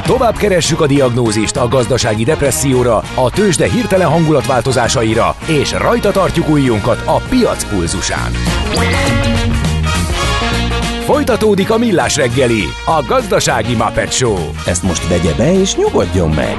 Tovább keressük a diagnózist a gazdasági depresszióra, a tőzsde hirtelen hangulatváltozásaira, és rajta tartjuk ujjunkat a piac pulzusán. Folytatódik a Millás reggeli, a gazdasági Muppet Show. Ezt most vegye be és nyugodjon meg!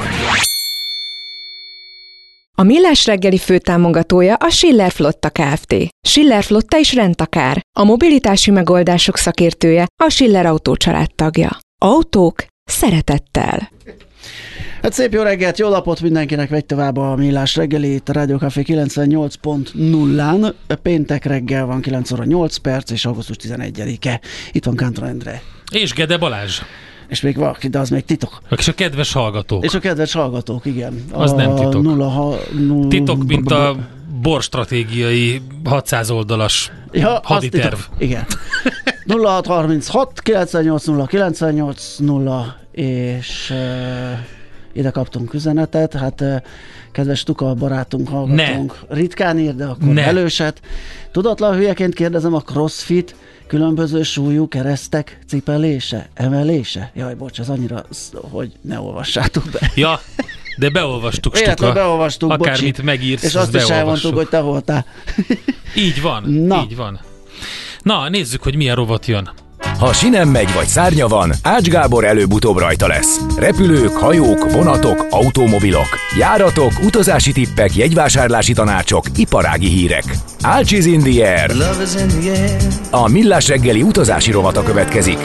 A Millás reggeli főtámogatója a Schiller Flotta Kft. Schiller Flotta is rendtakár. A mobilitási megoldások szakértője, a Schiller Autó család tagja. Autók szeretettel. Hát szép jó reggelt, jó napot mindenkinek, vegy tovább a Millás reggeli, itt a Rádió Café 98.0-án. Péntek reggel van 9 óra 8 perc, és augusztus 11-e. Itt van Kántor Endre. És Gede Balázs. És még valaki, de az még titok. És a kedves hallgatók. És a kedves hallgatók, igen. Az nem titok. Titok, mint a borstratégiai 600 oldalas haditerv. Igen. 0636 980 980 és ide kaptunk üzenetet, hát kedves Tuka barátunk, hallgatónk ritkán ír, de akkor előset. Tudatlan hülyeként kérdezem, a crossfit különböző súlyú keresztek cipelése, emelése? Jaj, bocs, ez annyira, hogy ne olvassátok be. Ja, de beolvastuk, Stuka. Beolvastuk, akármit bocsi. megírsz, és azt is elmondtuk, hogy te voltál. Így van, így van. Na, nézzük, hogy milyen rovat jön. Ha sinem megy vagy szárnya van, Ács Gábor előbb-utóbb rajta lesz. Repülők, hajók, vonatok, automobilok, járatok, utazási tippek, jegyvásárlási tanácsok, iparági hírek. Ács is in the air. A Millás reggeli utazási rovata következik.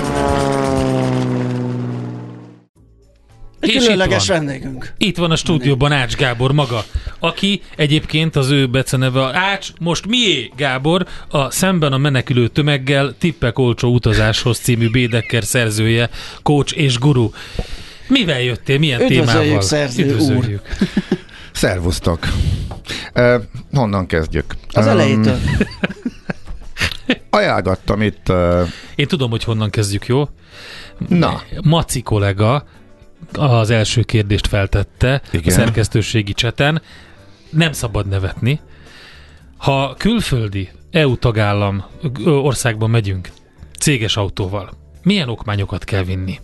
Egy különleges vendégünk. Itt van a stúdióban Ács Gábor maga, aki egyébként az ő beceneve Ács, most mié Gábor, a Szemben a menekülő tömeggel tippek olcsó utazáshoz című Bédekker szerzője, coach és guru. Mivel jöttél, milyen témával? Üdvözöljük. Szervusztok. Honnan kezdjük? Az elejétől. Ajánlgattam itt... Én tudom, hogy honnan kezdjük, jó? Na. Maci kollega az első kérdést feltette. Igen. A szerkesztőségi cseten. Nem szabad nevetni. Ha külföldi EU tagállam országban megyünk céges autóval, milyen okmányokat kell vinni?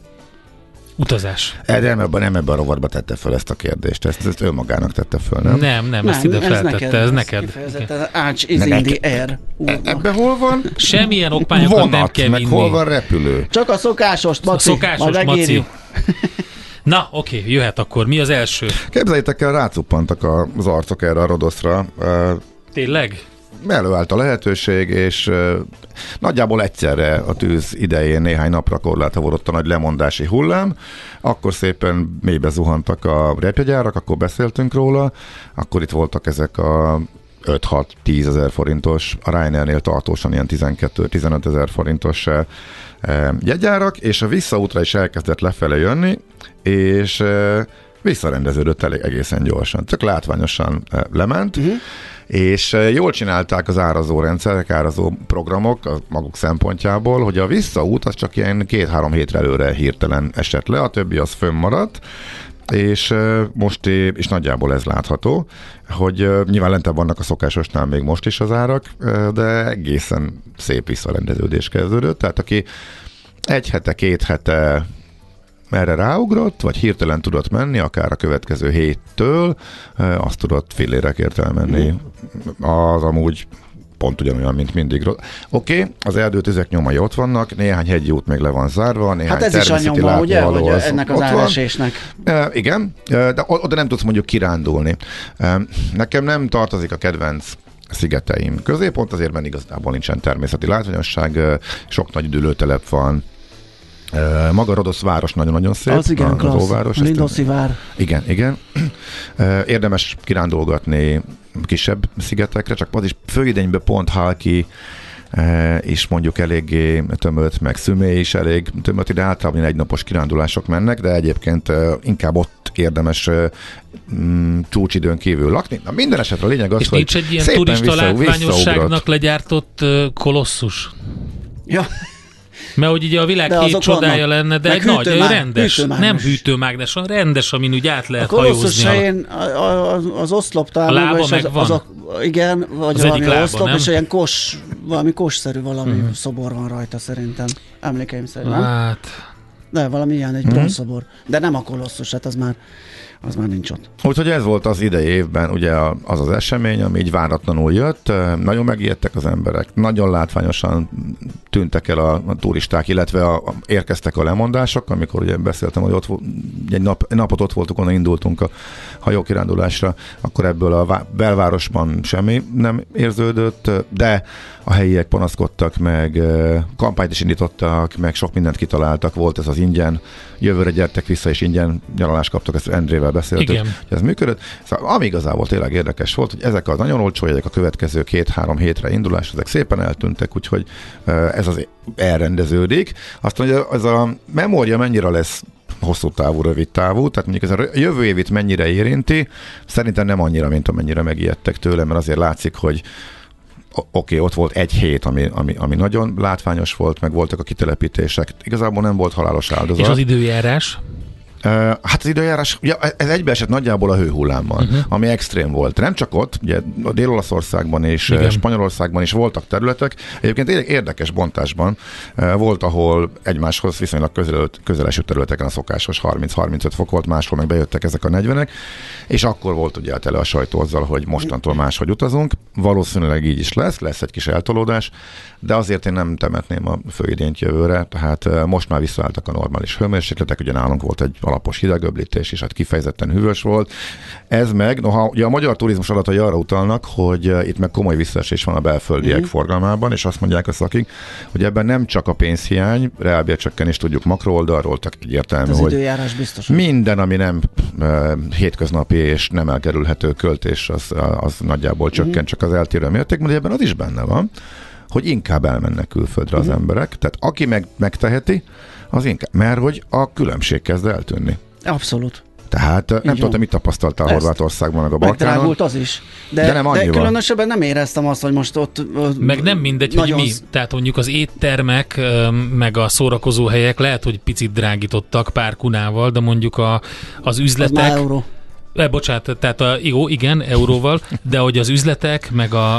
Utazás. Nem ebben a rovatba tette föl ezt a kérdést. Ezt önmagának tette föl, nem? Nem, ezt ide feltette. Ez neked. Ács is in the air. Ebben hol van? Semmilyen okmányokat vonat, nem kell vinni. meg hol van repülő? Csak a szokásost, Maci. Szokásos, Maci. Na, oké, jöhet akkor. Mi az első? Képzeljétek el, rácuppantak az arcok erre a Rodoszra. Tényleg? Előállt a lehetőség, és nagyjából egyszerre a tűz idején néhány napra korlátozódott a nagy lemondási hullám, akkor szépen mélybe zuhantak a repjegyárak, akkor beszéltünk róla, akkor itt voltak ezek a 5-6-10 ezer forintos, a Ryanairnél tartósan ilyen 12-15 ezer forintos jegyárak, és a visszaútra is elkezdett lefele jönni, és visszarendeződött egészen gyorsan. Csak látványosan lement, és jól csinálták az árazó rendszerek, árazó programok a maguk szempontjából, hogy a visszaút az csak ilyen 2-3 hétre előre hirtelen esett le, a többi az fönnmaradt, és most is nagyjából ez látható, hogy nyilván lentebb vannak a szokásosnál még most is az árak, de egészen szép visszarendeződés kezdődött, tehát aki 1 hete, 2 hete erre ráugrott, vagy hirtelen tudott menni, akár a következő héttől, azt tudott fillérekért elmenni. Az amúgy pont ugyanolyan, mint mindig. Oké, az erdőtüzek nyomai ott vannak, néhány hegyi út még le van zárva, néhány hát ez is a nyoma, ugye, hogy az ennek az áresésnek. Igen, de oda nem tudsz mondjuk kirándulni. Nekem nem tartozik a kedvenc szigeteim közé, pont azért, mert igazából nincsen természeti látványosság, sok nagy üdülőtelep van. Maga Rodosz város nagyon-nagyon szép. Az igen, klassz. Óváros, Lindoszi vár. Igen. Érdemes kirándulgatni kisebb szigetekre, csak az is főidényben pont Halki is mondjuk eléggé tömött, meg Szümé is elég tömött, ide általában egynapos kirándulások mennek, de egyébként inkább ott érdemes csúcsidőn kívül lakni. Na minden esetre a lényeg az, és hogy nincs egy ilyen turista látványosságnak legyártott kolosszus? Ja. Mert hogy ugye a világ két csodája lenne, de egy nagy, rendes, nem hűtőmágnes, rendes, amin úgy át lehet hajózni. Az oszloptál, a lába megvan. Igen, vagy az valami lába, oszlop, nem? és olyan valami kosszerű valami szobor van rajta szerintem. Emlékeim szerint, nem? Hát, De valami ilyen, egy bronzszobor. De nem a Kolosszus, hát az már nincs ott. Úgyhogy ez volt az idei évben ugye az esemény, ami így váratlanul jött. Nagyon megijedtek az emberek, nagyon látványosan tűntek el a turisták, illetve érkeztek a lemondások, amikor ugye beszéltem, hogy ott egy napot ott voltunk, onnan indultunk a hajókirándulásra, akkor ebből a belvárosban semmi nem érződött, de a helyiek panaszkodtak, meg kampányt is indítottak, meg sok mindent kitaláltak, volt ez az ingyen, jövőre gyertek vissza, és ingyen nyaralást kaptak, ezt Endrével beszéltük, igen, hogy ez működött. Szóval ami igazából tényleg érdekes volt, hogy ezek a nagyon olcsó jegyek a következő 2-3 hétre indulás, ezek szépen eltűntek, úgyhogy ez az elrendeződik. Azt mondja, ez a memória mennyire lesz hosszú távú, rövid távú, tehát mondjuk ez a jövő évit mennyire érinti, szerintem nem annyira, mint amennyire megijedtek tőle, mert azért látszik, hogy oké, ott volt egy hét, ami nagyon látványos volt, meg voltak a kitelepítések. Igazából nem volt halálos áldozat. És az időjárás? Hát az időjárás, ja, ez egybeesett nagyjából a hőhullámmal, ami extrém volt. Nem csak ott, ugye a Dél-Olaszországban és Spanyolországban is voltak területek. Egyébként érdekes bontásban volt, ahol egymáshoz viszonylag közeleső területeken a szokásos 30-35 fok volt, máshol meg bejöttek ezek a 40-ek, és akkor volt ugye tele a sajtó azzal, hogy mostantól máshogy utazunk. Valószínűleg így is lesz egy kis eltolódás, de azért én nem temetném a főidényt jövőre, tehát most már visszaálltak a normális hőmérsékletek, ugye nálunk volt egy alapos hidegöblítés, és hát kifejezetten hűvös volt. Ez meg, noha ugye a magyar turizmus adatai arra utalnak, hogy itt meg komoly visszaesés van a belföldiek forgalmában, és azt mondják a szakik, hogy ebben nem csak a pénzhiány, reálbércsökkenést tudjuk makrooldalról, tehát egyértelmű, az hogy időjárás biztos. Minden, ami nem hétköznapi és nem elkerülhető költés, az nagyjából csökken, csak az eltérő mértékben, de ebben az is benne van, hogy inkább elmennek külföldre az emberek. Tehát aki megteheti, az inkább, mert hogy a különbség kezd eltűnni. Abszolút. Tehát nem tudom, mit tapasztaltál Horvátországban, meg a Balkánon. Megdrágult az is. De nem annyival. De különösebben nem éreztem azt, hogy most ott meg nem mindegy, hogy mi. Tehát mondjuk az éttermek, meg a szórakozó helyek lehet, hogy picit drágítottak pár kunával, de mondjuk az üzletek... Az már euró. Bocsánat, tehát igen, euróval, de hogy az üzletek, meg a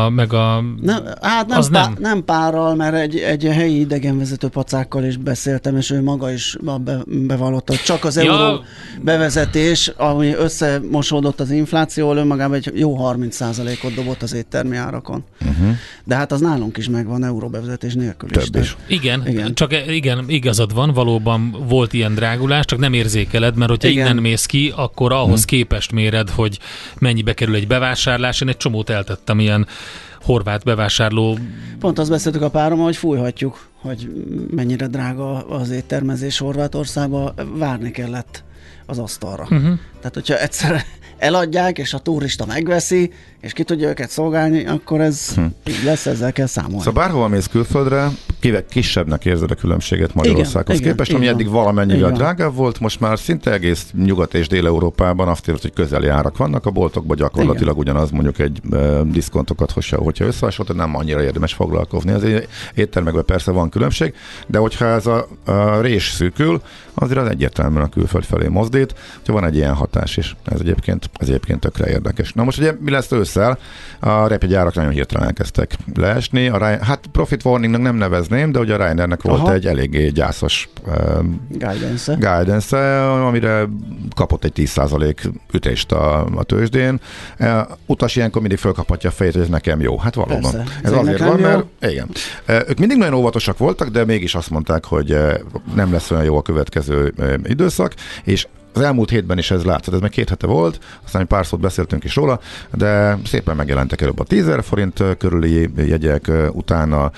nem párral, mert egy helyi idegenvezető pacákkal is beszéltem, és ő maga is bevallotta, hogy csak az euró bevezetés, ami összemosódott az inflációval, önmagában egy jó 30%-ot dobott az éttermi árakon. De hát az nálunk is megvan euró bevezetés nélkül is. Igen, csak igazad van, valóban volt ilyen drágulás, csak nem érzékeled, mert hogyha innen mész ki, akkor ahhoz képest méred, hogy mennyibe kerül egy bevásárlás. Én egy csomót eltettem ilyen horvát bevásárló. Pont azt beszéltük a párommal, hogy fújhatjuk, hogy mennyire drága az éttermezés Horvátországba, várni kellett az asztalra. Tehát, hogyha egyszer eladják, és a turista megveszi, és ki tudja őket szolgálni, akkor ez így lesz, ezzel kell számolni. Szóval bárhol mész külföldre, kisebbnek érzed a különbséget Magyarországhoz képest, ami eddig valamennyivel drágább volt, most már szinte egész Nyugat- és Dél-Európában azt érzed, hogy közeli árak vannak, a boltokban gyakorlatilag ugyanaz, mondjuk egy diszkontokat, hogyha összehasonlítod, nem annyira érdemes foglalkozni. Az éttermekben persze van különbség, de hogyha ez a rés szűkül, azért az egyértelműen a külföld felé mozdít, hogyha van egy ilyen hatás is. Ez egyébként tökre érdekes. Na most ugye mi lesz ősszel? A repjegyárak nagyon hirtelen elkezdtek leesni. Hát profit warningnak nem nevezném, de ugye a Ryanairnek volt egy eléggé gyászos guidance, amire kapott egy 10% ütést a tőzsdén. Utas ilyenkor mindig fölkaphatja a fejét, hogy ez nekem jó. Hát valóban. Persze. Ez azért van, mert igen. Ők mindig nagyon óvatosak voltak, de mégis azt mondták, hogy nem lesz olyan jó a következő időszak, és az elmúlt hétben is ez látszott, ez meg 2 hete volt, aztán pár szót beszéltünk is róla, de szépen megjelentek előbb a 10 000 forint körüli jegyek, utána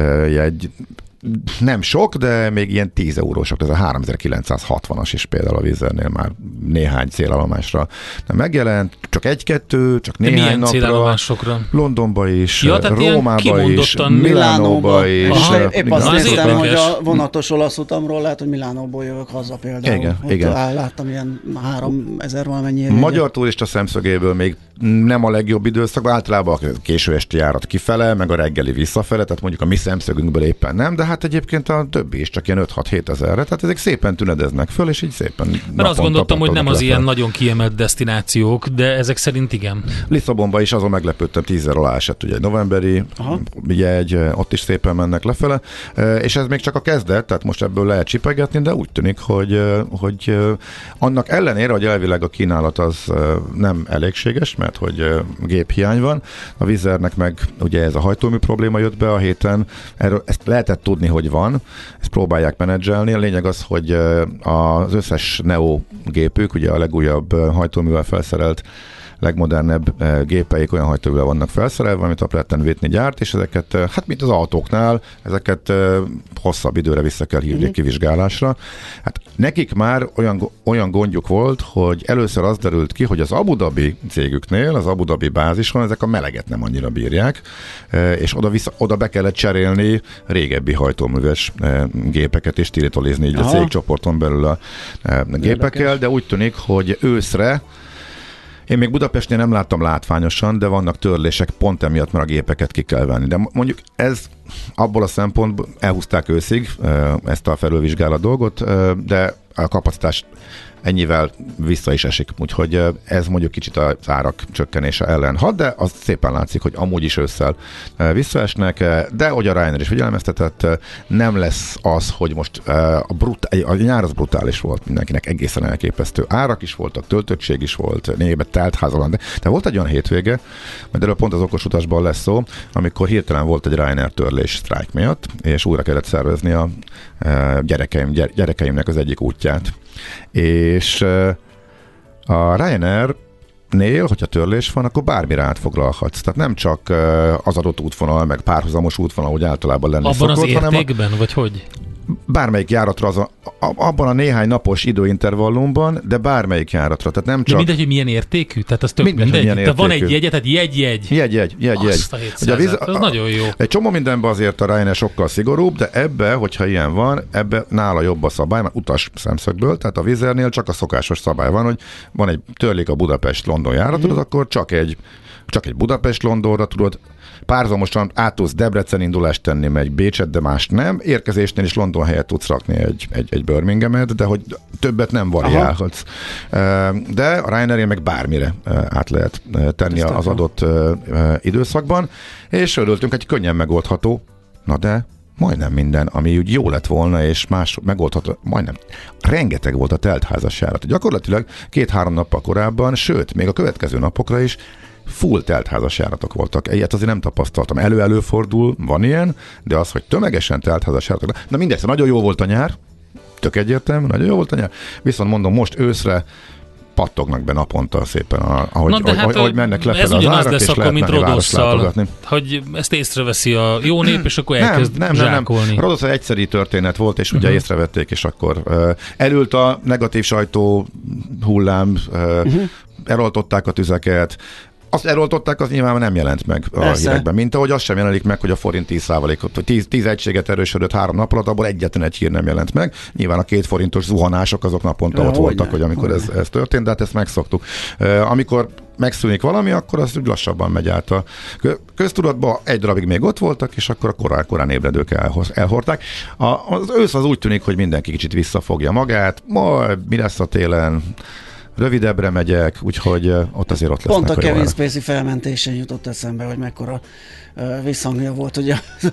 nem sok, de még ilyen 10 eurósok, ez a 3960-as is például a Wizz Airnél már néhány célállomásra nem megjelent, csak 1-2, csak néhány milyen napra. Célállomásokra? Londonba is, Rómába is, Milánóba is. Épp azt néztem, hogy a vonatos olasz utamról lehet, hogy Milánóból jövök haza például. Igen. Láttam ilyen 3000 valamennyi érvény. Magyar turista szemszögéből még nem a legjobb időszakban, általában a késő esti járat kifele, meg a reggeli visszafele, tehát mondjuk a mi szemszögünkből éppen nem, de hát egyébként a többi is csak ilyen 5-6-7 ezerre, tehát ezek szépen tünedeznek föl, és így szépen. Mert azt gondoltam, hogy nem az ilyen nagyon kiemelt destinációk, de ezek szerint igen. Lisszabonban is azon meglepődtem, 10 000 alá esett, ugye egy novemberi jegy, ott is szépen mennek lefele, és ez még csak a kezdet, tehát most ebből lehet csipegetni, de úgy tűnik, hogy annak ellenére, hogy elvileg a kínálat az nem elégséges, mert hogy géphiány van, a Wizz Airnek meg ugye ez a hajtómű probléma jött be a héten, erről ezt lehetett tudni, hogy van, ezt próbálják menedzselni, a lényeg az, hogy az összes Neo gépük, ugye a legújabb hajtóművel felszerelt legmodernebb gépeik olyan hajtóművel vannak felszerelve, amit a Pratt & Whitney gyárt, és ezeket, hát mint az autóknál, ezeket hosszabb időre vissza kell hívni kivizsgálásra. Hát nekik már olyan gondjuk volt, hogy először az derült ki, hogy az Abu Dhabi cégüknél, az Abu Dhabi bázison ezek a meleget nem annyira bírják, és oda be kellett cserélni régebbi hajtóműves gépeket, és tilitolizni így a cégcsoporton belül a gépekkel, de úgy tűnik, hogy őszre én még Budapestnél nem láttam látványosan, de vannak törlések pont emiatt, mert a gépeket ki kell venni. De mondjuk ez abból a szempontból elhúzták őszig ezt a felülvizsgálat dolgot, de a kapacitás ennyivel vissza is esik. Úgyhogy ez mondjuk kicsit az árak csökkenése ellen hat, de az szépen látszik, hogy amúgy is ősszel visszaesnek, de hogy a Ryanair is figyelmeztetett, nem lesz az, hogy most a nyár az brutális volt mindenkinek, egészen elképesztő. Árak is voltak, töltöttség is volt, négyben telt házal, de volt egy olyan hétvége, majd erről pont az okos utasban lesz szó, amikor hirtelen volt egy Ryanair törlés sztrájk miatt, és újra kellett szervezni a gyerekeimnek az egyik útját. És a Ryanair-nél, hogyha törlés van, akkor bármire átfoglalhatsz. Tehát nem csak az adott útvonal, meg párhuzamos útvonal, hogy általában lenni abban szokott, az értékben, vagy hogy? Bármelyik járatra, abban a néhány napos időintervallumban, de bármelyik járatra. Tehát nem csak... De mindegy, hogy milyen értékű? Tehát az tök mindegy. Tehát van egy jegye, tehát jegy. Azt a 700, az nagyon jó. Egy csomó mindenben azért a Ryanair sokkal szigorúbb, de ebbe, hogyha ilyen van, ebbe nála jobb a szabály, mert utas szemszögből, tehát a Wizz Airnél csak a szokásos szabály van, hogy van egy törlik a Budapest-London járatod, akkor csak egy Budapest-Londonra tudod párhuzamosan át tudsz Debrecen indulást tenni, megy Bécset, de más nem. Érkezésnél is London helyett tudsz rakni egy Birminghamet, de hogy többet nem variálhatsz. De a Ryanair meg bármire át lehet tenni az adott időszakban, és örültünk, hogy könnyen megoldható, na de majdnem minden, ami úgy jó lett volna, és más megoldható, majdnem rengeteg volt a teltházas járat. Gyakorlatilag 2-3 nappal korábban, sőt, még a következő napokra is full teltházas járatok voltak. Ilyet azért nem tapasztaltam. Előfordul, van ilyen, de az, hogy tömegesen teltházas járatok. Na mindegy, nagyon jó volt a nyár, tök egyértelmű, nagyon jó volt a nyár. Viszont mondom, most őszre pattognak be naponta szépen, ahogy mennek lefelé az árak, és lehet menni városlátogatni. Hogy ezt észreveszi a jó nép, és akkor elkezd zsákolni. Nem. Rodosz egy egyszeri történet volt, és ugye észrevették, és akkor elült a negatív sajtó hullám, eloltották a tüzeket. Azt eloltották, az nyilván nem jelent meg a hírekben. Mint ahogy az sem jelenik meg, hogy a forint 10%-ot, vagy 10 egységet erősödött 3 nap alatt, abból egyetlen egy hír nem jelent meg. Nyilván a 2 forintos zuhanások azok naponta ott voltak, hogy amikor ez történt, de hát ezt megszoktuk. Amikor megszűnik valami, akkor az lassabban megy át a köztudatba, egy darabig még ott voltak, és akkor a korán ébredők elhordták. Az ősz az úgy tűnik, hogy mindenki kicsit visszafogja magát, majd mi lesz a télen, rövidebbre megyek, úgyhogy ott azért ott lesznek. Pont a Kevin Spacey felmentésen jutott eszembe, hogy mekkora visszhangja volt ugye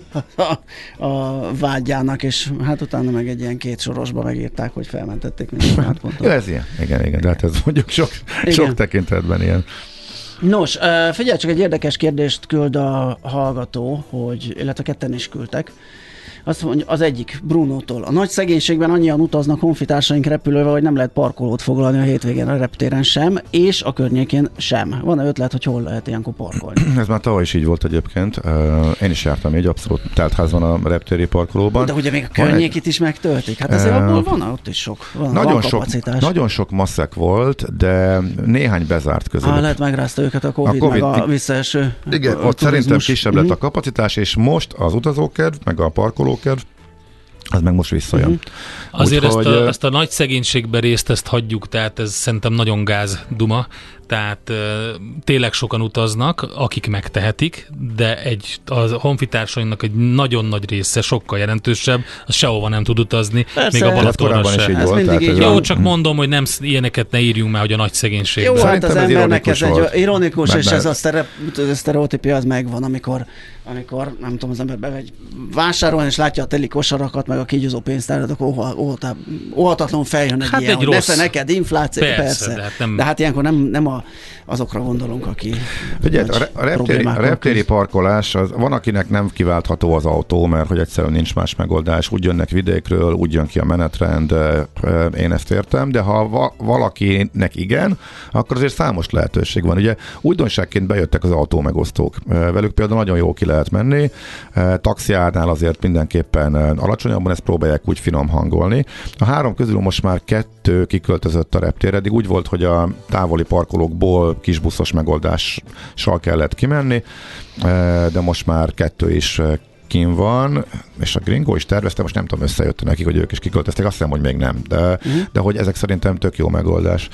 a vágyának, és hát utána meg egy ilyen 2 sorosba megírták, hogy felmentették minden átpontot. Ez ilyen, igen, de hát ez mondjuk sok tekintetben ilyen. Nos, figyelj, csak egy érdekes kérdést küld a hallgató, illetve ketten is küldtek. Azt mondja, az egyik, Brunótól. A nagy szegénységben annyian utaznak honfitársaink repülővel, hogy nem lehet parkolót foglalni a hétvégén a reptéren sem, és a környékén sem. Van-e ötlet, hogy hol lehet ilyenkor parkolni? Ez már tavaly is így volt egyébként. Én is jártam így, abszolút teltház van a reptéri parkolóban. De ugye még a környékit is megtöltik. Hát azért abból van ott is sok. Van kapacitás. Nagyon sok maszek volt, de néhány bezárt közülük. Lehet megrázta őket a Covid meg a visszaeső. Igen, ott szerintem kisebb lett a kapacitás, és most az utazókedv, meg a parkolókedv, az meg most visszajön. Azért ezt a nagy szegénységben részt ezt hagyjuk, tehát ez szerintem nagyon gáz duma. tehát tényleg sokan utaznak, akik megtehetik, de a honfitársainknak egy nagyon nagy része, sokkal jelentősebb, az sehova nem tud utazni, persze, még a Balatonra sem. Jó, csak mondom, hogy nem ilyeneket ne írjunk már, hogy a nagy szegénység. Jó, hát az embernek ez egy ironikus, és ez a sztereotípia az megvan, amikor nem tudom, az ember bevegy vásárolni, és látja a teli kosarakat, meg a kígyózó pénztárat, akkor óhatatlanul feljön egy ilyen, hogy nesze neked infláció, persze. De hát ilyenkor nem azokra gondolunk, aki... Ugye, a reptéri parkolás, van, akinek nem kiváltható az autó, mert hogy egyszerűen nincs más megoldás, úgy jönnek vidékről, úgy jön ki a menetrend, én ezt értem, de ha valakinek igen, akkor azért számos lehetőség van. Ugye újdonságként bejöttek az autómegosztók. Velük például nagyon jó ki lehet menni. Taxiárnál azért mindenképpen alacsonyabban, ezt próbálják úgy finom hangolni. A 3 közül most már 2 kiköltözött a reptérre, eddig úgy volt, hogy a távoli parkolókból kisbuszos megoldással kellett kimenni, de most már 2 is kim van, és a Gringo is tervezte, most nem tudom, összejött nekik, hogy ők is kiköltözték, azt hiszem, hogy még nem, de hogy ezek szerintem tök jó megoldás.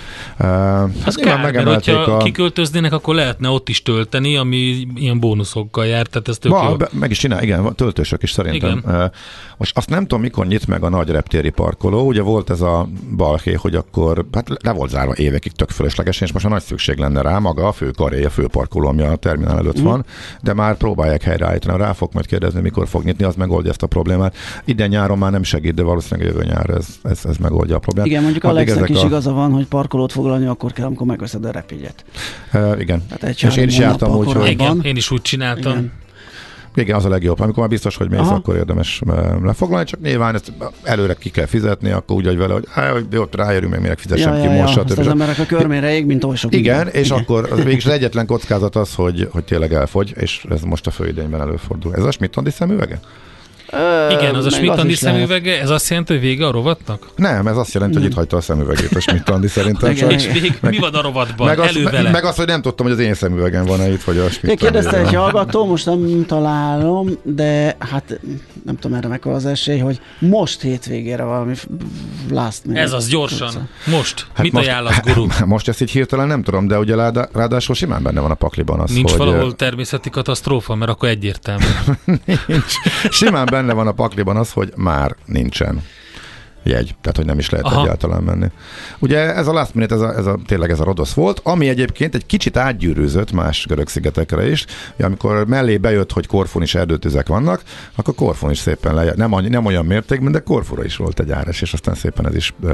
Az kár, mert hogyha kiköltöznének, akkor lehetne ott is tölteni, ami ilyen bónuszokkal jár, tehát ez tök jó. Meg is csinál, igen, töltősök is szerintem. Most azt nem tudom, mikor nyit meg a nagy reptéri parkoló, ugye volt ez a balhé, hogy akkor, hát le volt zárva évekig tök fölöslegesen, és most már nagy szükség lenne rá, maga a főkaré, a főparkoló, ami a terminál előtt van, de már próbálják helyreállítani, rá fog majd kérdezni, mikor fog nyitni, az megoldja ezt a problémát. Idén nyáron már nem segít, de valószínűleg jövő nyár ez megoldja a problémát. Igen, mondjuk Alexnek is igaza van, hogy parkolót foglalni akkor kell, amikor megveszed a repjegyet. Igen. És én is jártam úgy, hogy... Igen, én is úgy csináltam. Igen, az a legjobb. Amikor már biztos, hogy mész, akkor érdemes lefoglalni, csak nyilván ezt előre ki kell fizetni, akkor úgy, hogy vele, hogy ott ráérünk, meg minek fizessem ki most. Azt az emberek a körmére ég, mint oly sok. Igen, és akkor végig az egyetlen kockázat az, hogy tényleg elfogy, és ez most a főidényben előfordul. Ez a Schmidt-Andi szemüvege? Igen, az a Schmidt-Andi szemüvege, ez azt jelenti, hogy vége a rovatnak? Nem, ez azt jelenti, hogy itt hagyta a szemüvegét a Schmidt-Andi szerintem. És mi van a rovatban? Meg azt, hogy nem tudtam, hogy az én szemüvegem van itt, vagy a Schmidt-Andi. Kérdezte egy hallgató, most nem találom, de hát nem tudom erre mekkora az esély, hogy most hétvégére valami last minute. Ez az gyorsan. Most. Hát mit ajánlasz, guru? Most ezt így hirtelen nem tudom, de ugye ráadásul simán benne van a pakliban az, nincs hogy... valahol természeti katasztrófa, mert akkor egyértelmű. Nincs. Simán benne van a pakliban az, hogy már nincsen jegy, tehát hogy nem is lehet egyáltalán menni. Ugye ez a last minute, tényleg ez a Rodosz volt, ami egyébként egy kicsit átgyűrűzött más görög szigetekre is. Amikor mellé bejött, hogy Korfun is erdőtüzek vannak, akkor Korfun is szépen lejött. Nem olyan mértékben, de Korfura is volt egy áras, és aztán szépen ez is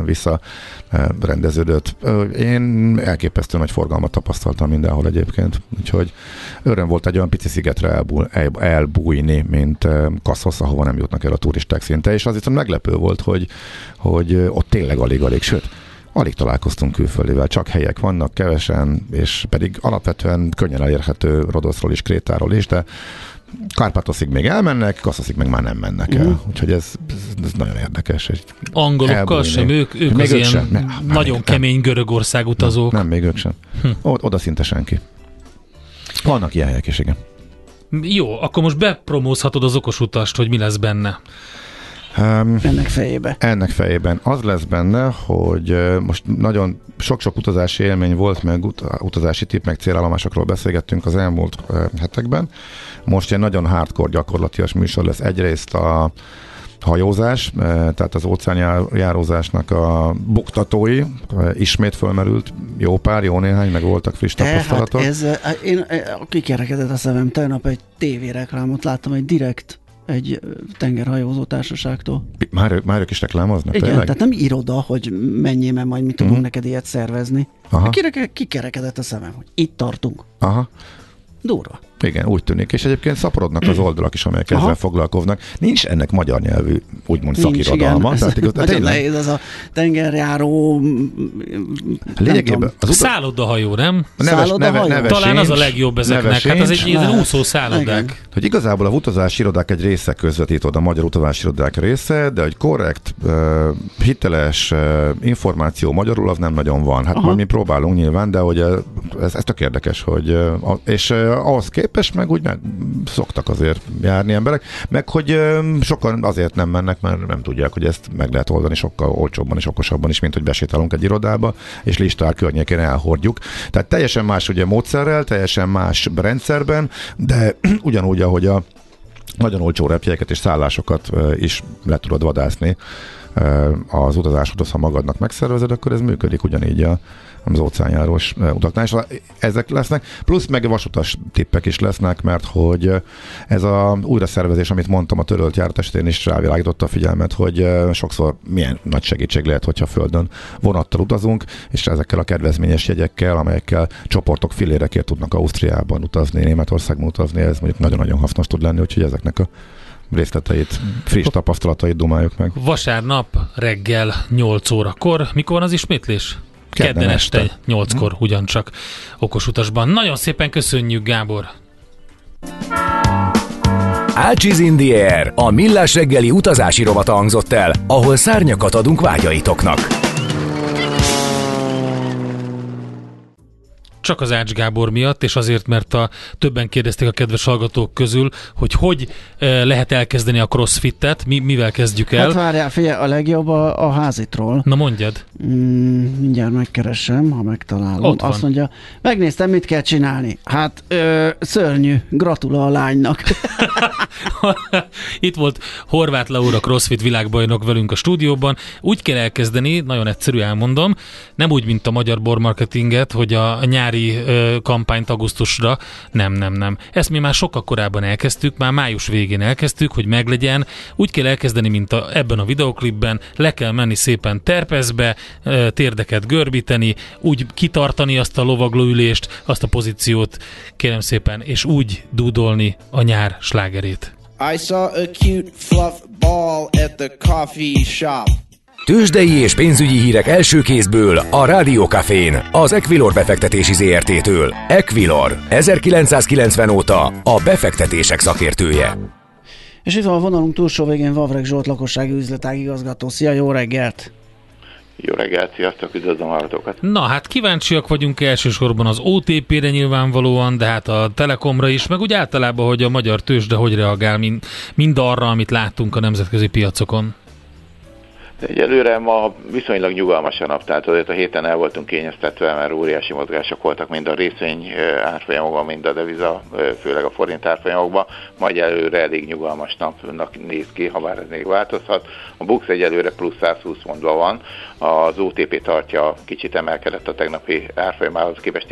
visszarendeződött. Én elképesztően nagy forgalmat tapasztaltam mindenhol egyébként, úgyhogy öröm volt egy olyan pici szigetre elbújni, mint Kaszos, ahova nem jutnak el a turisták szinte, és az viszont meglepő volt, hogy ott tényleg alig, sőt, alig találkoztunk külföldivel, csak helyek vannak, kevesen, és pedig alapvetően könnyen elérhető Rodoszról is, Krétáról is, de Kárpátoszig még elmennek, Kaszoszig meg már nem mennek el. Úgyhogy ez nagyon érdekes. Angolokkal sem, ők az ilyen sem. Nagyon kemény Görögország utazók. Nem, még ők sem. Oda szinte senki. Vannak ilyen helyek is, igen. Jó, akkor most bepromózhatod az okos utast, hogy mi lesz benne. Ennek fejében az lesz benne, hogy most nagyon sok-sok utazási élmény volt, meg utazási tipp, meg célállomásokról beszélgettünk az elmúlt hetekben. Most egy nagyon hardcore gyakorlatias műsor lesz. Egyrészt a hajózás, tehát az óceánjárózásnak a buktatói ismét fölmerült jó néhány, meg voltak friss tapasztalatok. Hát én kikerekedett a szemem, tegnap egy tévéreklámot láttam, egy tengerhajózó társaságtól. Már ők is reklámoznak? Igen, tényleg? tehát nem írod, hogy menjél, mert majd mi tudunk neked ilyet szervezni. Kikerekedett a szemem, hogy itt tartunk. Aha. Durva. Igen, úgy tűnik. És egyébként szaporodnak az oldalak is, amelyek ezzel foglalkoznak. Nincs ennek magyar nyelvű, úgymond szakirodalma. Nagyon nehéz ez a tengerjáró... Lényegében... Szállodahajó, nem? Neve talán az a legjobb ezeknek. Hát ez egy úszó szállodák. Hogy igazából a utazási irodák egy része közvetít oda, a magyar utazási irodák része, de hogy korrekt, hiteles információ magyarul az nem nagyon van. Hát majd mi próbálunk nyilván, de hogy ez tök érdekes, hogy és ahhoz képest meg úgy meg szoktak azért járni emberek, meg hogy sokan azért nem mennek, mert nem tudják, hogy ezt meg lehet oldani sokkal olcsóbban és okosabban is, mint hogy besétálunk egy irodába, és listár környékén elhordjuk. Tehát teljesen más ugye módszerrel, teljesen más rendszerben, de ugyanúgy, ahogy a nagyon olcsó repjegyeket és szállásokat is le tudod vadászni az utazásodhoz, ha magadnak megszervezed, akkor ez működik ugyanígy az óceánjárós utaknál, és ezek lesznek, plusz meg vasutas tippek is lesznek, mert hogy ez a újraszervezés, amit mondtam, a törölt járat esetén is rávilágította a figyelmet, hogy sokszor milyen nagy segítség lehet, hogyha földön vonattal utazunk, és ezekkel a kedvezményes jegyekkel, amelyekkel csoportok fillérekért tudnak Ausztriában utazni, Németországban utazni, ez mondjuk nagyon-nagyon hasznos tud lenni, úgyhogy ezeknek a részleteit, friss tapasztalatait dumáljuk meg. Vasárnap reggel 8 órakor, mikor van az ismétlés? Kedden este 8-kor ugyancsak okos utasban. Nagyon szépen köszönjük, Gábor! Ácsiz in the Air, a millás reggeli utazási rovata hangzott el, ahol szárnyakat adunk vágyaitoknak. Csak az Ács Gábor miatt, és azért, mert többen kérdezték a kedves hallgatók közül, hogy lehet elkezdeni a crossfittet, mivel kezdjük el. Hát várjál, figyelj, a legjobb a házitról. Na mondjad. Mindjárt megkeresem, ha megtalálom. Ott van. Azt mondja, megnéztem, mit kell csinálni. Hát szörnyű, gratulál a lánynak. Itt volt Horváth Laura crossfit világbajnok velünk a stúdióban. Úgy kell elkezdeni, nagyon egyszerű, elmondom, nem úgy, mint a magyar bormarketinget, hogy a nyári kampányt augusztusra. Nem. Ezt mi már sokkal korábban elkezdtük, már május végén elkezdtük, hogy meglegyen. Úgy kell elkezdeni, mint ebben a videoklipben, le kell menni szépen terpezbe, térdeket görbíteni, úgy kitartani azt a lovaglóülést, azt a pozíciót, kérem szépen, és úgy dúdolni a nyár slágerét. I saw a cute fluff ball at the coffee shop. Tőzsdei és pénzügyi hírek első kézből a Rádió Cafén, az Equilor befektetési ZRT-től. Equilor, 1990 óta a befektetések szakértője. És itt van a vonalunk túlsó végén Vavreg Zsolt, lakossági üzletág igazgató. Szia, jó reggelt! Jó reggelt, sziasztok, üdvözlöm a hallgatókat! Na hát kíváncsiak vagyunk elsősorban az OTP-re nyilvánvalóan, de hát a Telekomra is, meg úgy általában, hogy a magyar tőzsde hogy reagál mind arra, amit láttunk a nemzetközi piacokon. Egyelőre ma viszonylag nyugalmas a nap, tehát azért a héten el voltunk kényeztetve, mert óriási mozgások voltak mind a részvény árfolyamokban, mind a deviza, főleg a forint árfolyamokban. Ma egyelőre elég nyugalmas napnak néz ki, ha bár ez még változhat. A BUX egyelőre plusz 120 pontban van, az OTP tartja, kicsit emelkedett a tegnapi árfolyamához képest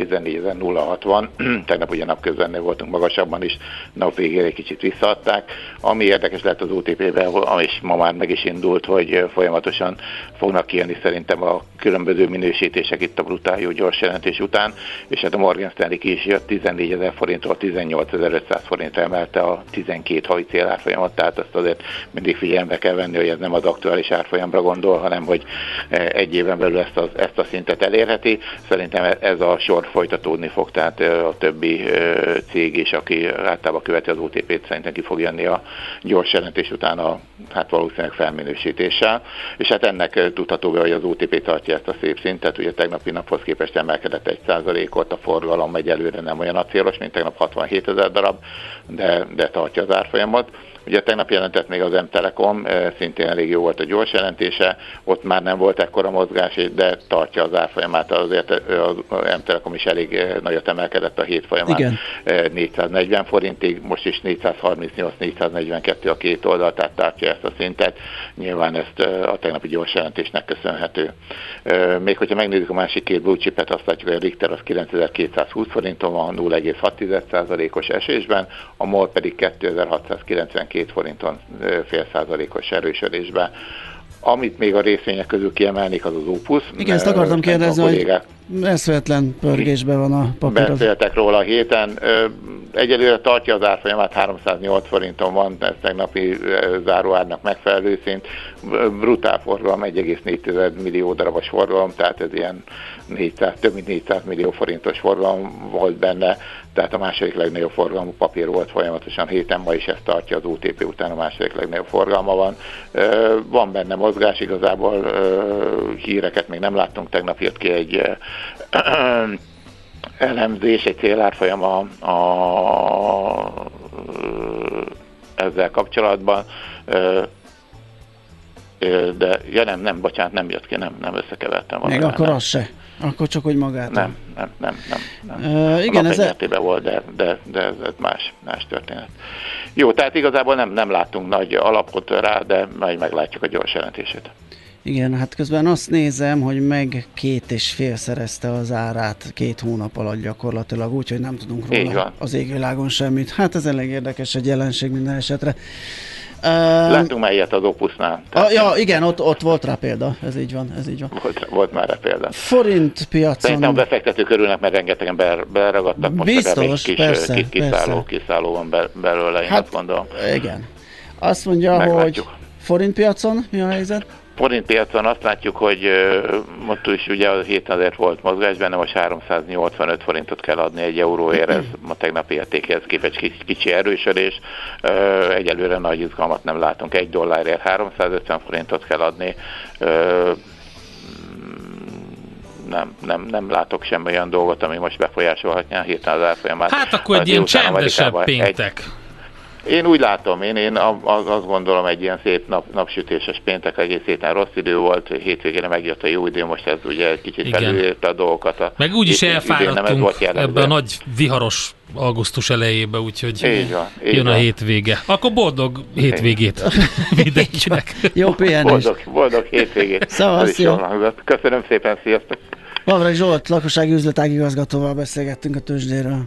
14.060, tegnap ugye napközben voltunk magasabban is, nap végére egy kicsit visszaadták. Ami érdekes lehet az OTP-ben, és ma már meg is indult, hogy folyamatosan fognak kijönni szerintem a különböző minősítések itt a brutál jó gyors jelentés után, és hát a Morgan Stanley ki is jött 14.000 forintról 18.500 forintra emelte a 12 havi célárfolyamat, tehát azt azért mindig figyelembe kell venni, hogy ez nem az aktuális árfolyamra gondol, hanem hogy egy éven belül ezt a szintet elérheti. Szerintem ez a sor folytatódni fog, tehát a többi cég is, aki általában követi az OTP-t, szerintem ki fog jönni a gyors jelentés után hát valószínűleg felminősítéssel. És hát ennek tudható be, hogy az OTP tartja ezt a szép szintet, ugye tegnapi naphoz képest emelkedett 1%-ot, a forgalom egyelőre nem olyan acélos, mint tegnap 67 000 darab, de tartja az árfolyamot. Ugye tegnap jelentett még az M-Telekom, szintén elég jó volt a gyors jelentése, ott már nem volt ekkora mozgás, de tartja az árfolyamát, azért az M-Telekom is elég nagyot emelkedett a hét folyamán. Igen. 440 forintig, most is 438-442 a két oldal, tehát tartja ezt a szintet. Nyilván ezt a tegnapi gyors jelentésnek köszönhető. Még hogyha megnézzük a másik két blue chipet, azt látjuk, hogy a Richter az 9220 forinton van, 0,6%-os esésben, a MOL pedig 2692 forinton fél százalékos erősödésben. Amit még a részvények közül kiemelnék, az az Opus. Igen, ezt akartam kérdezni, hogy eszvetlen pörgésben van a papír. Beszéltek róla a héten. Egyelőre tartja az árfolyamát, 308 forinton van, ez tegnapi záróárnak megfelelő szint. Brutál forgalom, 1,4 millió darabos forgalom, tehát ez ilyen több mint 400 millió forintos forgalom volt benne, tehát a második legnagyobb forgalmú papír volt folyamatosan héten, ma is ezt tartja az OTP után, a második legnagyobb forgalma van. Van benne mozgás, igazából híreket még nem láttunk, tegnap jött ki egy elemzés, egy célárfolyam ezzel kapcsolatban, de bocsánat, nem jött ki, nem összekevertem. Meg akkor az se. Akkor csak, hogy magát. Nem. Igen, ez volt, de ez más történet. Jó, tehát igazából nem láttunk nagy alapot rá, de majd meglátjuk a gyors jelentését. Igen, hát közben azt nézem, hogy meg 2,5-szerezte az árát 2 hónap alatt gyakorlatilag, úgyhogy nem tudunk róla az égvilágon semmit. Hát ez elég érdekes egy jelenség minden esetre. Láttunk már ilyet az Opusnál. Igen, ott volt rá példa, ez így van. Volt már rá példa. Forint piacon... Szerintem a befektetők örülnek, mert rengetegen beragadtak. Most biztos, persze. Kiszálló van belőle, én azt gondolom. Igen. Azt mondja, hogy forint piacon mi a helyzet? Forint piacon azt látjuk, hogy most is ugye a héten azért volt mozgás benne, most 385 forintot kell adni egy euróért, ez a tegnapi értékhez képest kicsi erősödés. Egyelőre nagy izgalmat nem látunk, $1 350 forintot kell adni. Nem látok semmi olyan dolgot, ami most befolyásolhatja hirtelen az árfolyamát. Hát akkor egy ilyen csendesebb péntek. Én úgy látom, én azt gondolom, egy ilyen szép napsütéses péntek, egész héten rossz idő volt, hétvégére megjött a jó idő, most ez ugye egy kicsit felülírta a dolgokat. Meg úgyis elfáradtunk ebben a nagy viharos augusztus elejébe, úgyhogy jön a hétvége. Akkor boldog hétvégét mindenkinek. Jó pihenés. Boldog hétvégét. Köszönöm szépen, sziasztok. Lavrai Zsolt, lakossági üzletág igazgatóval beszélgettünk a tőzsdéről.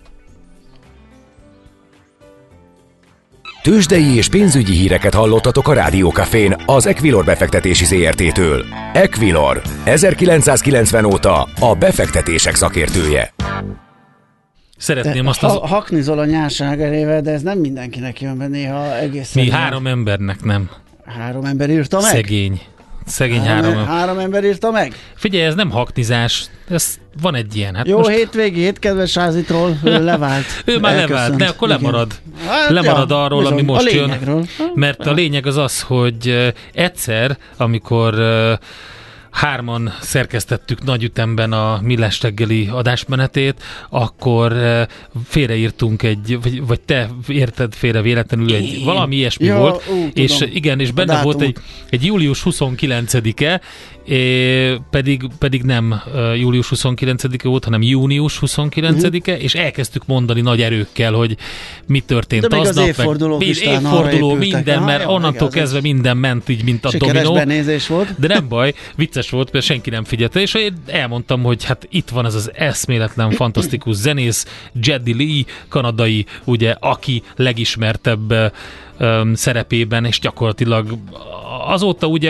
Tőzsdei és pénzügyi híreket hallottatok a Rádiókafén az Equilor befektetési ZRT-től. Equilor, 1990 óta a befektetések szakértője. Szeretném azt haknizol a nyárságerével, de ez nem mindenkinek jön be néha egészen. Mi 3 embernek nem. 3 ember írta meg? Szegény 3 ember írta meg? Figyelj, ez nem haknizás, ez van egy ilyen. Hát jó most... hétvégét, kedves házitról, levált. Ő már levált, de akkor lemarad. Hát lemarad arról, bizony, ami most jön. Mert a lényeg az, hogy egyszer, amikor 3-an szerkesztettük nagy ütemben a Millás reggeli adásmenetét, akkor félreírtunk vagy te érted félre véletlenül valami ilyesmi volt, és igen, és benne volt egy július 29-e, pedig nem július 29-e volt, hanem június 29-e, és elkezdtük mondani nagy erőkkel, hogy mi történt de aznap. Évforduló, minden, mert onnantól kezdve minden ment így, mint a dominó. Benézés volt. De nem baj, vicces volt, mert senki nem figyelte, és én elmondtam, hogy hát itt van ez az eszméletlen, fantasztikus zenész, Geddy Lee, kanadai, ugye, aki legismertebb szerepében, és gyakorlatilag azóta ugye,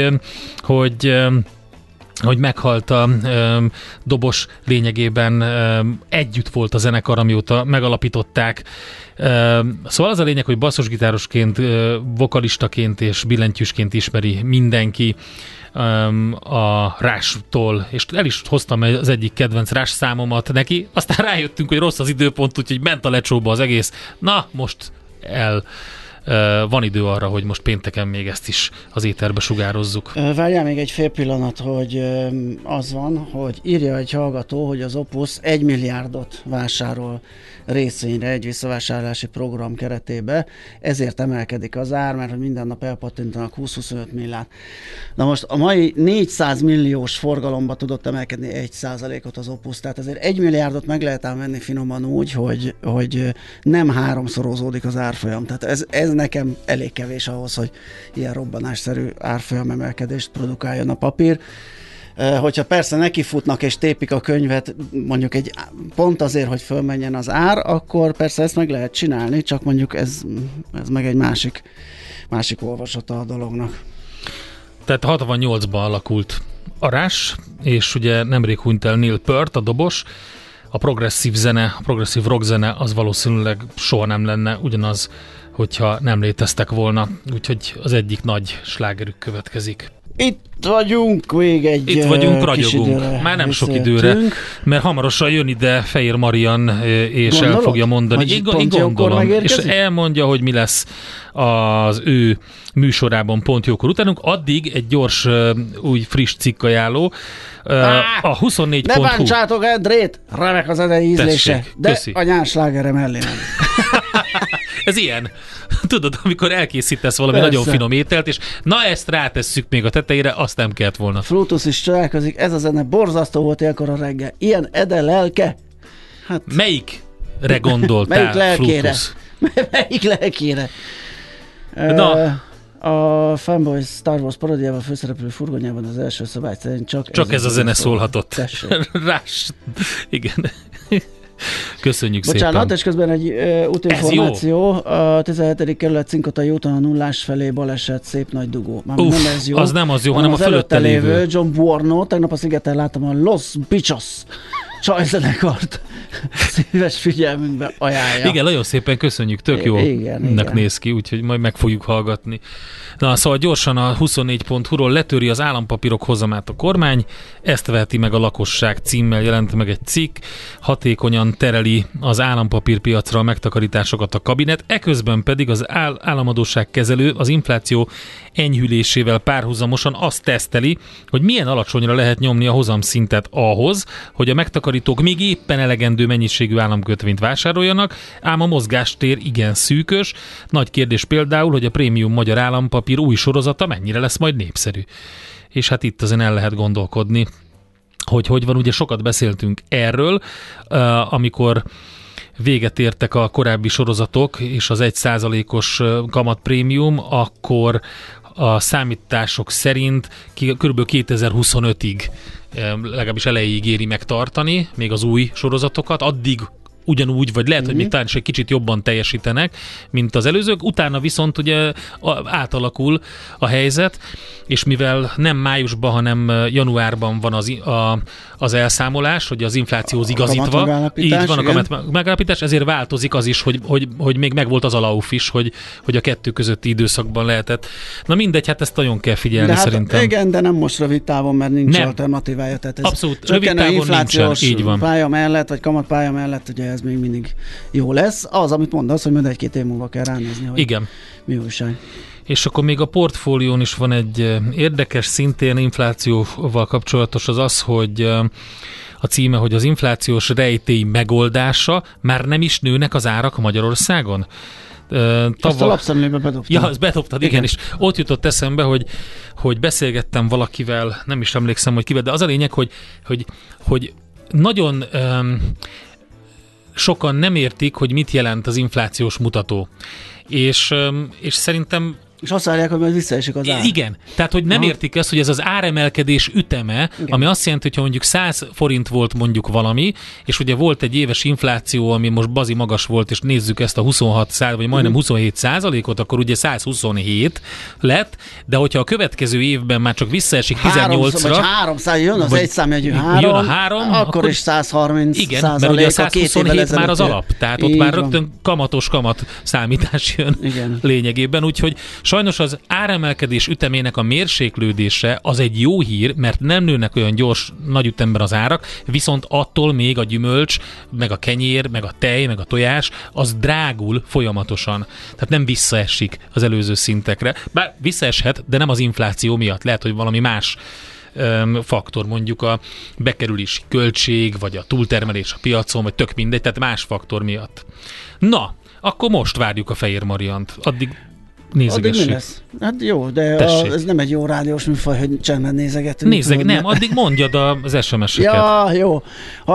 hogy meghalt a Dobos, lényegében együtt volt a zenekar, amióta megalapították. Szóval az a lényeg, hogy basszusgitárosként, vokalistaként és billentyűsként ismeri mindenki a Rush-tól, és el is hoztam az egyik kedvenc Rush számomat neki, aztán rájöttünk, hogy rossz az időpont, úgyhogy ment a lecsóba az egész. Na, most van idő arra, hogy most pénteken még ezt is az éterbe sugározzuk. Várjál még egy fél pillanat, hogy az van, hogy írja egy hallgató, hogy az Opus 1 milliárdot vásárol részvényre egy visszavásárlási program keretébe, ezért emelkedik az ár, mert hogy minden nap elpattintanak 20-25 milliárd. Na most a mai 400 milliós forgalomba tudott emelkedni 1%-ot az Opus, tehát ezért 1 milliárdot meg lehet ám venni finoman úgy, hogy nem 3-szorozódik az árfolyam. Tehát ez nekem elég kevés ahhoz, hogy ilyen robbanásszerű árfolyam emelkedést produkáljon a papír. Hogyha persze nekifutnak és tépik a könyvet mondjuk pont azért, hogy fölmenjen az ár, akkor persze ezt meg lehet csinálni, csak mondjuk ez meg egy másik olvasata a dolognak. Tehát 68-ban alakult a Rush, és ugye nemrég hunyt el Neil Peart, a dobos. A progresszív zene, a progresszív rock zene az valószínűleg soha nem lenne ugyanaz, hogyha nem léteztek volna. Úgyhogy az egyik nagy slágerük következik. Itt vagyunk még egy Itt vagyunk, ragyogunk. időre Már nem sok visszajöttünk. időre, mert hamarosan jön ide Fejér Marian, és Gondolod? el fogja mondani. Hogy pont jókor Gondolom. És megérkezik? elmondja, hogy mi lesz az ő műsorában pont jókor utánunk. Addig egy gyors, új friss cikkajánló. A 24.hu. Ne bántsátok Endrét! Remek az ede ízlése. Tessék, de köszi. a nyárslágere mellé nem. Ez ilyen. Tudod, amikor elkészítesz valami Persze. nagyon finom ételt, és na ezt rátesszük még a tetejére, azt nem kellett volna. Frutus is csodálkozik, ez a zene borzasztó volt ilyenkor a reggel. Ilyen Ede lelke. Hát, Melyikre gondoltál, melyik lelkére? Frutus? Melyik lelkére? Na. A Fanboy Star Wars parodiában főszereplő furgonjában az első szabály szerint csak Ez a zene szólhatott. Tessék. Rás. Igen. Köszönjük Bocsánat, szépen. és közben egy útinformáció. A 17. kerület Cinkotai úton a nullás felé baleset, szép nagy dugó. Már nem ez jó. Az nem az jó, hanem a az fölötte előtte lévő. John Buorno. Tegnap a szigeten láttam a Los Bichos csajzenekart. Szíves figyelmünkbe ajánlja. Igen, nagyon szépen köszönjük, tök jó Igen. néz ki, úgyhogy majd meg fogjuk hallgatni. Na, szóval gyorsan a 24.hu-ról letöri az állampapírok hozamát a kormány, ezt veheti meg a lakosság címmel jelent meg egy cikk, hatékonyan tereli az állampapírpiacra a megtakarításokat a kabinet, eközben pedig az államadósságkezelő az infláció enyhülésével párhuzamosan azt teszteli, hogy milyen alacsonyra lehet nyomni a hozamszintet ahhoz, hogy a megtakarítók még éppen elegendő mennyiségű államkötvényt vásároljanak, ám a mozgástér igen szűkös. Nagy kérdés például, hogy a prémium magyar állampapír új sorozata mennyire lesz majd népszerű. És hát itt ezen el lehet gondolkodni, hogy van, ugye sokat beszéltünk erről, amikor véget értek a korábbi sorozatok, és az 1%-os kamatprémium, akkor a számítások szerint kb. 2025-ig legalábbis elejéig éri meg tartani még az új sorozatokat, addig ugyanúgy, vagy lehet, hogy még talán is egy kicsit jobban teljesítenek, mint az előzők. Utána viszont ugye átalakul a helyzet, és mivel nem májusban, hanem januárban van az elszámolás, hogy az inflációhoz igazítva, így van a kamat megállapítás, ezért változik az is, hogy még megvolt az alauf is, hogy a kettő közötti időszakban lehetett. Na mindegy, hát ezt nagyon kell figyelni de hát szerintem. Igen, de nem most rövid távon, mert nincs alternatívája. Tehát ez abszolút, rövid távon nincsen, így van. Pálya mellett, vagy kamatpálya mellett, ugye ez még mindig jó lesz. Az, amit mondasz, hogy majd egy-két év múlva kell ránézni, hogy igen. Mi újság. És akkor még a portfólión is van egy érdekes, szintén inflációval kapcsolatos az, hogy a címe, hogy az inflációs rejtély megoldása, már nem is nőnek az árak Magyarországon? Azt a lapszemlébe bedobtam. Ja, azt bedobtad, igen, és ott jutott eszembe, hogy beszélgettem valakivel, nem is emlékszem, hogy kivel, de az a lényeg, hogy nagyon sokan nem értik, hogy mit jelent az inflációs mutató. És szerintem és azt várják, hogy majd visszaesik az ár. Igen, tehát hogy nem értik ezt, hogy ez az áremelkedés üteme, igen. Ami azt jelenti, hogyha mondjuk 100 forint volt mondjuk valami, és ugye volt egy éves infláció, ami most bazi magas volt, és nézzük ezt a 26 vagy majdnem 27%-ot, akkor ugye 127 lett, de hogyha a következő évben már csak visszaesik 18-ra, vagy 300, jön az egy számjegyű 3, jön a 3, akkor is 130 igen, százalék, mert ugye a 127 már az alap, tehát ott már rögtön kamat számítás jön igen. Lényegében, úgyhogy sajnos az áremelkedés ütemének a mérséklődése az egy jó hír, mert nem nőnek olyan gyors, nagy ütemben az árak, viszont attól még a gyümölcs, meg a kenyér, meg a tej, meg a tojás, az drágul folyamatosan. Tehát nem visszaesik az előző szintekre. Bár visszaeshet, de nem az infláció miatt. Lehet, hogy valami más faktor, mondjuk a bekerülési költség, vagy a túltermelés a piacon, vagy tök mindegy, tehát más faktor miatt. Na, akkor most várjuk a Fejér Mariant. Addig nézegessük. Hát jó, de ez nem egy jó rádiós műfaj, hogy csendben nézegetünk. Nem, addig mondjad az SMS-eket. Ja, jó.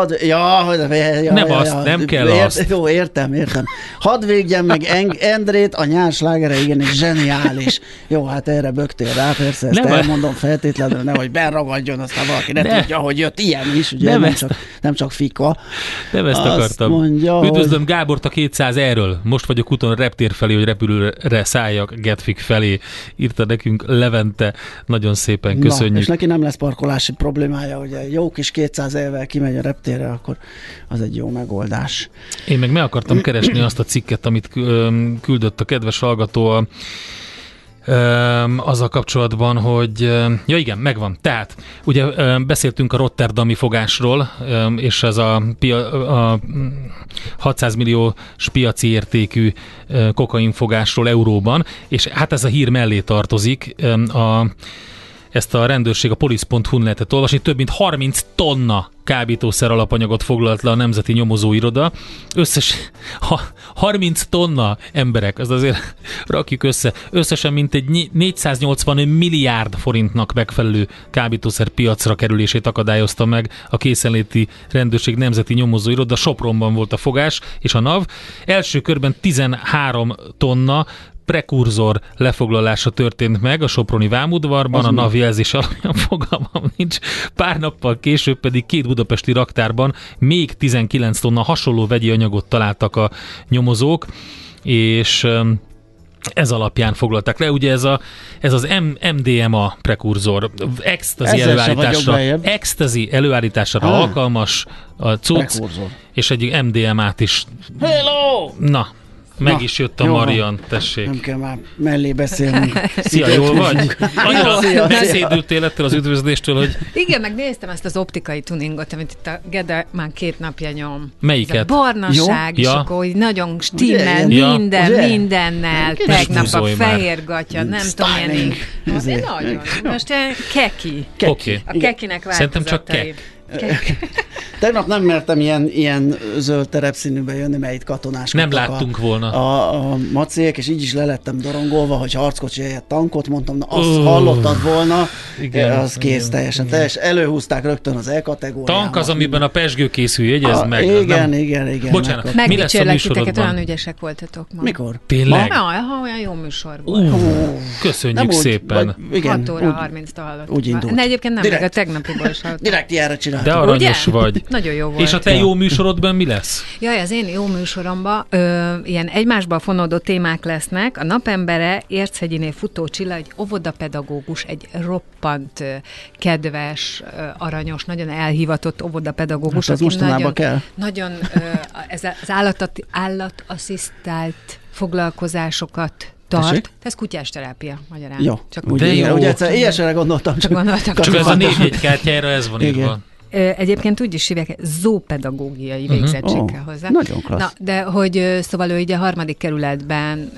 Nem kell azt. Jó, értem. Hadd végjen meg Endrét, a nyárslágere, igen, és zseniális. Jó, hát erre bögtél rá, persze, ezt elmondom feltétlenül, nehogy beragadjon, aztán valaki ne tudja, hogy jött ilyen is, ugye, nem csak fika. Nem ezt akartam. Mondja, üdvözlöm Gábort a 200-ről. Most vagyok úton a reptér felé, hogy repülőre szálljak Getfig felé, írta nekünk Levente, nagyon szépen köszönjük. Na, és neki nem lesz parkolási problémája, ugye jó kis 200 évvel kimegy a reptérre, akkor az egy jó megoldás. Én meg meg akartam keresni azt a cikket, amit küldött a kedves hallgató a azzal kapcsolatban, hogy ja igen, megvan. Tehát ugye beszéltünk a rotterdami fogásról, és ez a 600 milliós piaci értékű kokainfogásról euróban, és hát ez a hír mellé tartozik. Ezt a rendőrség a police.hu-n lehetett olvasni, több mint 30 tonna kábítószer alapanyagot foglalt le a Nemzeti Nyomozóiroda. 30 tonna emberek, az azért rakjuk össze. Összesen mintegy 480 milliárd forintnak megfelelő kábítószer piacra kerülését akadályozta meg a Készenléti Rendőrség Nemzeti Nyomozóiroda. Sopronban volt a fogás, és a NAV. Első körben 13 tonna prekurzor lefoglalása történt meg a soproni vámudvarban, a NAV jelzés alapján fogalmam nincs. Pár nappal később pedig 2 budapesti raktárban még 19 tonna hasonló vegyi anyagot találtak a nyomozók, és ez alapján foglalták le. Ugye ez az MDMA prekurzor, ecstasy előállítására alkalmas a cucc, és egy MDMA-t is. Hello! Na, meg is jött a Marian, tessék. Nem kell már mellé beszélni. Szia, jól vagy? Annyira beszédültél ettől az üdvözléstől, hogy... Igen, megnéztem ezt az optikai tuningot, amit itt a Gede már 2 napja nyom. Melyiket? Ez a barnaság, és akkor nagyon stimmel mindennel. Tegnap a fehér gatya, nem tudom, ilyen... Nagyon. Most keki. Oké. A kekinek változatai. Szerintem csak kek. Tegnap nem mertem ilyen zöld terepszínűbe jönni, mert itt katonás. Nem láttunk volna. A maciek, és így is lelettem dorongolva, hogy harckocsi helyett tankot mondtam, na azt hallottad volna, igen, az kész, teljesen. Előhúzták rögtön az E-kategóriámat. Tank az, amiben a pezsgő készül, jegyezd meg. Igen. Bocsánat, megdicsérlek titeket, olyan ügyesek voltatok ma. Mikor? Tényleg? Olyan jó műsor volt. Köszönjük szépen. 6 óra 30-tól hallottam. Úgy indult. De egyébként nem, meg a tegnapiból is hallottam. Direkt ilyenre csináltam. De aranyos vagy. Nagyon jó volt. És a te jó műsorodban mi lesz? Jaj, az én jó műsoromban ilyen egymásba fonódó témák lesznek. A napembere Érchegyinél Futó Csilla, egy óvodapedagógus, egy roppant kedves, aranyos, nagyon elhivatott óvodapedagógus. Hát ez mostanában kell. Nagyon ez az állatasszisztált foglalkozásokat tart. Ez kutyás terápia magyarán. Jó. Csak de jó. Ugye ilyesre gondoltam. Csak ez a névjegykártyára ez van írva. Egyébként úgy is hívják, zoopedagógiai végzettség kell hozzá. Nagyon klassz. Na, de hogy szóval ő így a 3. kerületben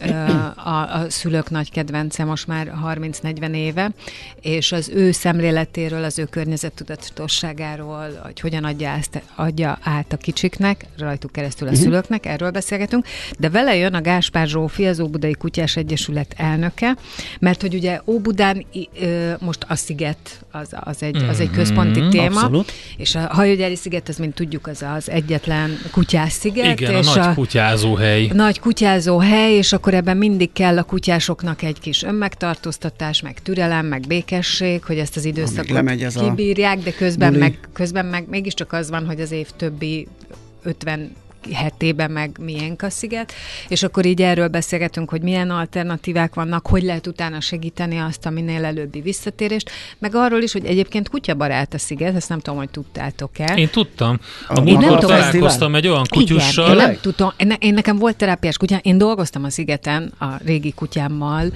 a szülők nagy kedvence most már 30-40 éve, és az ő szemléletéről, az ő környezettudatosságáról, hogy hogyan adja át a kicsiknek, rajtuk keresztül a szülőknek, erről beszélgetünk, de vele jön a Gáspár Zsófi, az Óbudai Kutyás Egyesület elnöke, mert hogy ugye Óbudán most a sziget, az egy központi téma. Abszolút. És a Hajógyári sziget, az, mint tudjuk, az egyetlen kutyás sziget. Igen, és a nagy kutyázóhely. Nagy kutyázóhely, és akkor ebben mindig kell a kutyásoknak egy kis önmegtartóztatás, meg türelem, meg békesség, hogy ezt az időszakot kibírják, de közben meg mégiscsak az van, hogy az év többi 50 hetében meg miénk a sziget, és akkor így erről beszélgetünk, hogy milyen alternatívák vannak, hogy lehet utána segíteni azt a minél előbbi visszatérést, meg arról is, hogy egyébként kutyabarát a sziget, ezt nem tudom, hogy tudtátok-e. Én tudtam. Amikor találkoztam egy olyan kutyussal. Igen, én nem tudom. Én nekem volt terápiás kutyám, én dolgoztam a szigeten a régi kutyámmal,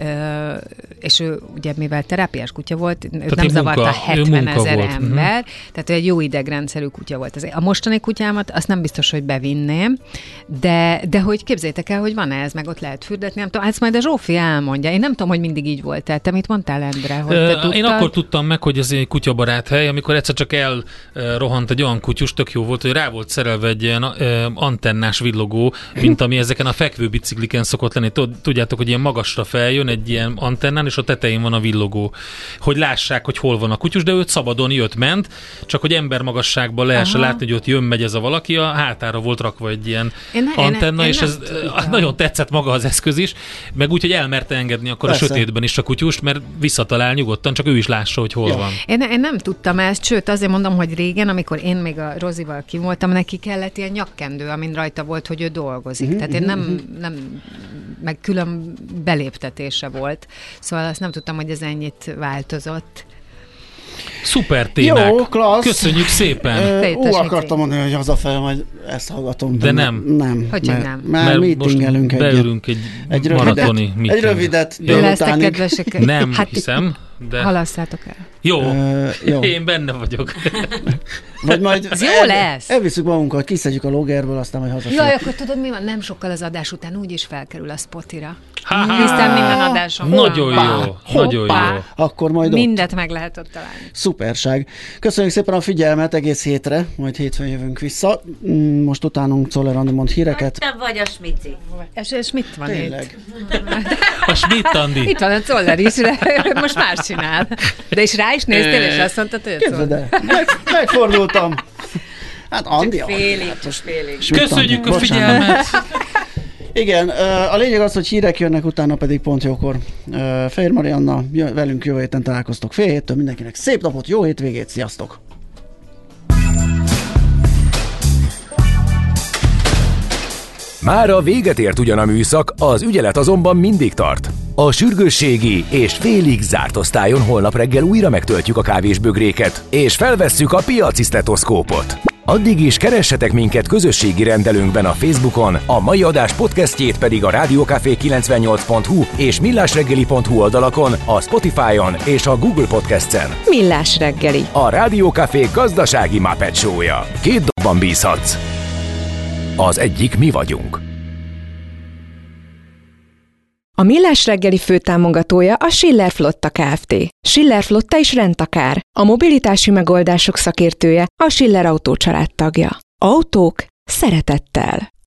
és ő ugye mivel terápiás kutya volt, nem zavarta 70 000 ember, tehát egy jó idegrendszerű kutya volt. A mostani kutyámat azt nem biztos, hogy bevinném, de hogy képzeljétek el, hogy van-e ez, meg ott lehet fürdetni, nem tudom, ezt majd a Zsófi elmondja. Én nem tudom, hogy mindig így volt. Tehát te mit mondtál, Endre? Hogy én akkor tudtam meg, hogy ez egy kutyabarát hely, amikor egyszer csak elrohant egy olyan kutyus, tök jó volt, hogy rá volt szerelve egy ilyen antennás villogó, mint ami ezeken a fekvő bicikliken szokott lenni. Tudjátok, hogy ilyen magasra feljön egy ilyen antennán, és a tetején van a villogó. Hogy lássák, hogy hol van a kutyus, de őt szabadon jött-ment, csak hogy embermagasságban lehessen látni, hogy ott jön-megy ez a valaki, a hátára volt rakva egy ilyen antenna, és ez nagyon tetszett maga az eszköz is, meg úgy, hogy elmerte engedni akkor a sötétben is a kutyust, mert visszatalál nyugodtan, csak ő is lássa, hogy hol van. Én nem tudtam ezt, sőt azért mondom, hogy régen, amikor én még a Rozival kim voltam, neki kellett ilyen nyakkendő, amin rajta volt, hogy ő dolgozik. Tehát én nem meg külön beléptetése volt. Szóval azt nem tudtam, hogy ez ennyit változott. Szuper témák. Jó, klassz. Köszönjük szépen. Akartam mondani, hogy hazafel majd ezt hallgatom. De nem. Nem. Hogy nem? Mert meetingelünk beülünk egy maratoni meeting. Egy rövidet délutánig. Kedvesek. Nem hiszem. De... Halasszátok el. Jó. Én benne vagyok. Vagy majd az jó lesz. Elviszük magunkat, kiszedjük a loggerből, aztán majd hazafel. Jaj, akkor tudod mi van? Nem sokkal az adás után úgyis felkerül a Spotify-ra. Hiszen minden adáson. Nagyon jó. Nagyon jó. Akkor majd mindet meg lehet ott találni. Szuperság. Köszönjük szépen a figyelmet egész hétre, majd hétfőn jövünk vissza. Most utánunk Czoller Andi mond híreket. Te vagy a Smici. Schmidt van tényleg. A Schmidt Andi. Itt van a Czoller is, most más csinál. De is rá is néztél, és azt mondtad, hogy képzeld el, megfordultam. Hát Andi. Félig. Köszönjük a figyelmet. Igen, a lényeg az, hogy hírek jönnek, utána pedig pont jókor. Fehér Marianna, velünk jövő héten találkoztok 6:30. Mindenkinek szép napot, jó hétvégét, sziasztok! Mára véget ért ugyan a műszak, az ügyelet azonban mindig tart. A sürgősségi és félig zárt osztályon holnap reggel újra megtöltjük a kávésbögréket, és felvesszük a piaci sztetoszkópot. Addig is keressetek minket közösségi rendelőnkben a Facebookon, a mai adás podcastjét pedig a rádiókafé98.hu és millásreggeli.hu oldalakon, a Spotify-on és a Google Podcast-en. Millás reggeli. A Rádiókafé gazdasági Muppet show-ja. 2 dologban bízhatsz. Az egyik mi vagyunk. A Millás reggeli főtámogatója a Schiller Flotta Kft. Schiller Flotta és Rendtakár. A mobilitási megoldások szakértője, a Schiller Autó család tagja. Autók szeretettel.